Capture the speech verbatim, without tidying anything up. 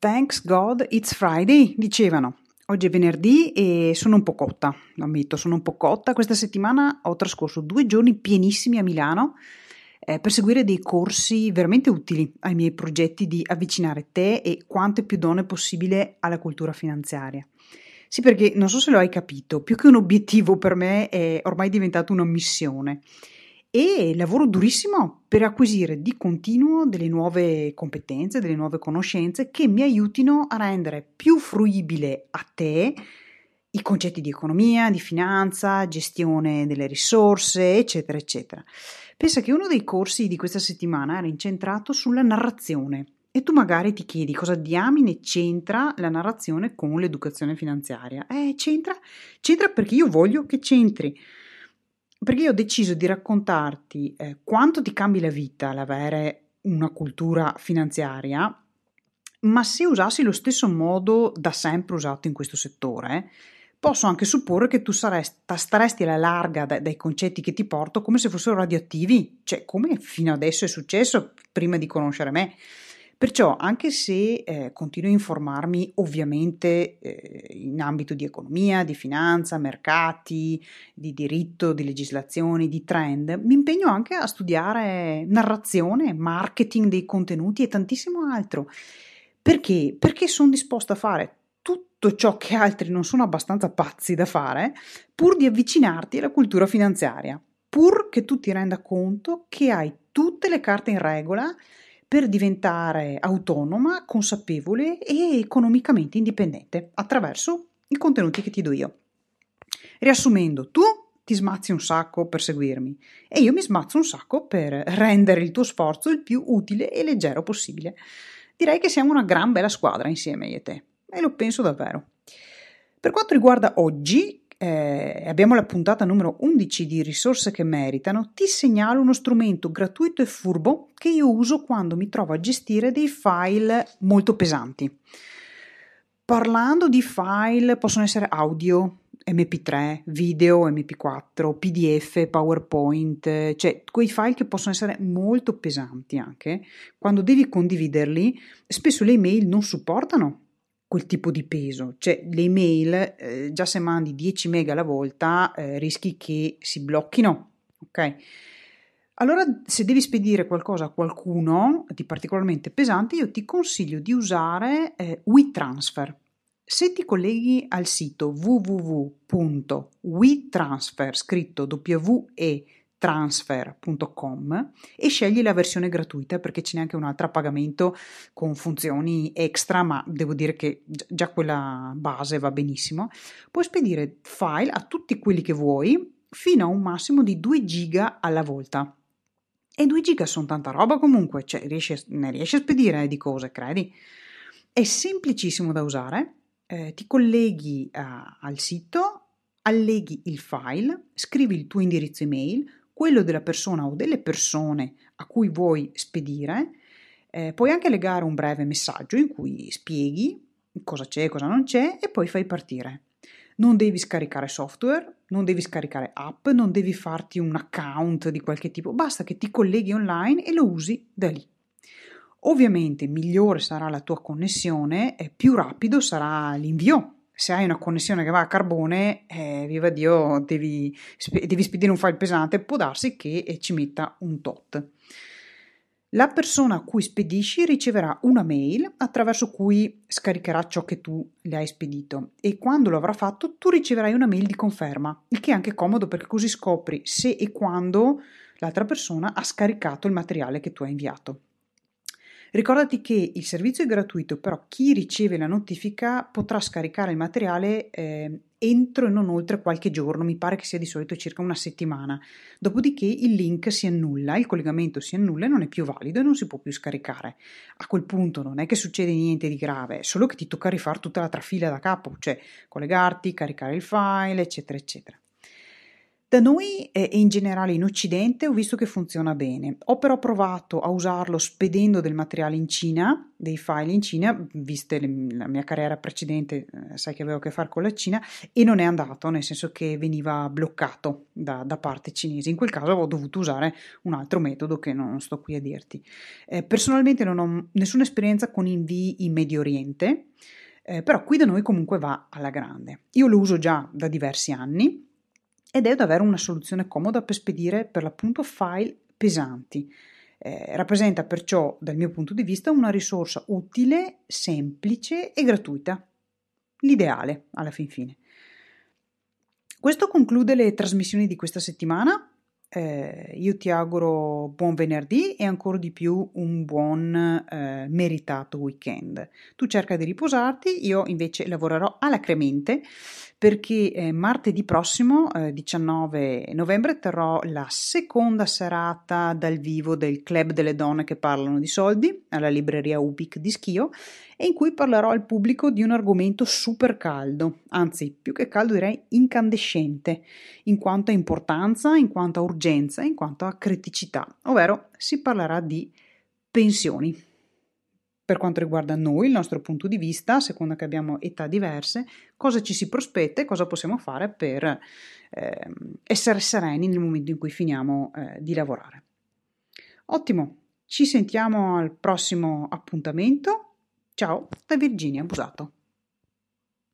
Thanks God it's Friday, dicevano. Oggi è venerdì e sono un po' cotta, lo ammetto, sono un po' cotta. Questa settimana ho trascorso due giorni pienissimi a Milano eh, per seguire dei corsi veramente utili ai miei progetti di avvicinare te e quante più donne possibile alla cultura finanziaria. Sì, perché non so se lo hai capito, più che un obiettivo per me è ormai diventato una missione. E lavoro durissimo per acquisire di continuo delle nuove competenze, delle nuove conoscenze che mi aiutino a rendere più fruibile a te i concetti di economia, di finanza, gestione delle risorse, eccetera, eccetera. Pensa che uno dei corsi di questa settimana era incentrato sulla narrazione e tu magari ti chiedi cosa diamine c'entra la narrazione con l'educazione finanziaria. Eh, c'entra? C'entra perché io voglio che c'entri. Perché io ho deciso di raccontarti eh, quanto ti cambi la vita l'avere una cultura finanziaria, ma se usassi lo stesso modo da sempre usato in questo settore, posso anche supporre che tu saresti, staresti alla larga dai, dai concetti che ti porto come se fossero radioattivi, cioè come fino adesso è successo prima di conoscere me. Perciò, anche se eh, continuo a informarmi ovviamente eh, in ambito di economia, di finanza, mercati, di diritto, di legislazioni, di trend, mi impegno anche a studiare narrazione, marketing dei contenuti e tantissimo altro. Perché? Perché sono disposta a fare tutto ciò che altri non sono abbastanza pazzi da fare, pur di avvicinarti alla cultura finanziaria, pur che tu ti renda conto che hai tutte le carte in regola per diventare autonoma, consapevole e economicamente indipendente attraverso i contenuti che ti do io. Riassumendo, tu ti smazzi un sacco per seguirmi e io mi smazzo un sacco per rendere il tuo sforzo il più utile e leggero possibile. Direi che siamo una gran bella squadra insieme io e te, e lo penso davvero. Per quanto riguarda oggi, eh, abbiamo la puntata numero undici di Risorse che meritano, ti segnalo uno strumento gratuito e furbo che io uso quando mi trovo a gestire dei file molto pesanti. Parlando di file, possono essere audio, emme pi tre, video, emme pi quattro, pi di effe, PowerPoint, cioè quei file che possono essere molto pesanti anche. Quando devi condividerli, spesso le email non supportano quel tipo di peso, cioè le email eh, già se mandi dieci mega alla volta eh, rischi che si blocchino, ok? Allora, se devi spedire qualcosa a qualcuno di particolarmente pesante, io ti consiglio di usare eh, WeTransfer. Se ti colleghi al sito w w w punto wetransfer, scritto W E transfer punto com, e scegli la versione gratuita, perché ce n'è anche un'altra a pagamento con funzioni extra, ma devo dire che già quella base va benissimo. Puoi spedire file a tutti quelli che vuoi fino a un massimo di due giga alla volta. E due giga sono tanta roba comunque, cioè riesci a, ne riesci a spedire eh, di cose, credi? È semplicissimo da usare, eh, ti colleghi uh, al sito, alleghi il file, scrivi il tuo indirizzo email, quello della persona o delle persone a cui vuoi spedire, eh, puoi anche legare un breve messaggio in cui spieghi cosa c'è e cosa non c'è e poi fai partire. Non devi scaricare software, non devi scaricare app, non devi farti un account di qualche tipo, basta che ti colleghi online e lo usi da lì. Ovviamente migliore sarà la tua connessione e più rapido sarà l'invio. Se hai una connessione che va a carbone, eh, viva Dio, devi, devi spedire un file pesante, può darsi che ci metta un tot. La persona a cui spedisci riceverà una mail attraverso cui scaricherà ciò che tu le hai spedito e quando lo avrà fatto tu riceverai una mail di conferma, il che è anche comodo perché così scopri se e quando l'altra persona ha scaricato il materiale che tu hai inviato. Ricordati che il servizio è gratuito, però chi riceve la notifica potrà scaricare il materiale eh, entro e non oltre qualche giorno, mi pare che sia di solito circa una settimana. Dopodiché il link si annulla, il collegamento si annulla e non è più valido e non si può più scaricare. A quel punto non è che succede niente di grave, è solo che ti tocca rifare tutta la trafila da capo, cioè collegarti, caricare il file, eccetera, eccetera. Da noi e in generale in Occidente ho visto che funziona bene. Ho però provato a usarlo spedendo del materiale in Cina, dei file in Cina, viste le- la mia carriera precedente, eh, sai che avevo a che fare con la Cina, e non è andato, nel senso che veniva bloccato da, da parte cinese. In quel caso ho dovuto usare un altro metodo che non sto qui a dirti. Eh, personalmente non ho nessuna esperienza con invii in Medio Oriente, eh, però qui da noi comunque va alla grande. Io lo uso già da diversi anni ed è davvero una soluzione comoda per spedire per l'appunto file pesanti. Eh, rappresenta perciò, dal mio punto di vista, una risorsa utile, semplice e gratuita. L'ideale, alla fin fine. Questo conclude le trasmissioni di questa settimana. Eh, io ti auguro buon venerdì e ancora di più un buon eh, meritato weekend. Tu cerca di riposarti, io invece lavorerò alacremente perché eh, martedì prossimo, eh, diciannove novembre, terrò la seconda serata dal vivo del Club delle Donne che parlano di soldi alla libreria Ubic di Schio, e in cui parlerò al pubblico di un argomento super caldo, anzi più che caldo direi incandescente, in quanto a importanza, in quanto a urgenza, in quanto a criticità, ovvero si parlerà di pensioni. Per quanto riguarda noi, il nostro punto di vista, a seconda che abbiamo età diverse, cosa ci si prospetta e cosa possiamo fare per eh, essere sereni nel momento in cui finiamo eh, di lavorare. Ottimo, ci sentiamo al prossimo appuntamento. Ciao da Virginia Busato.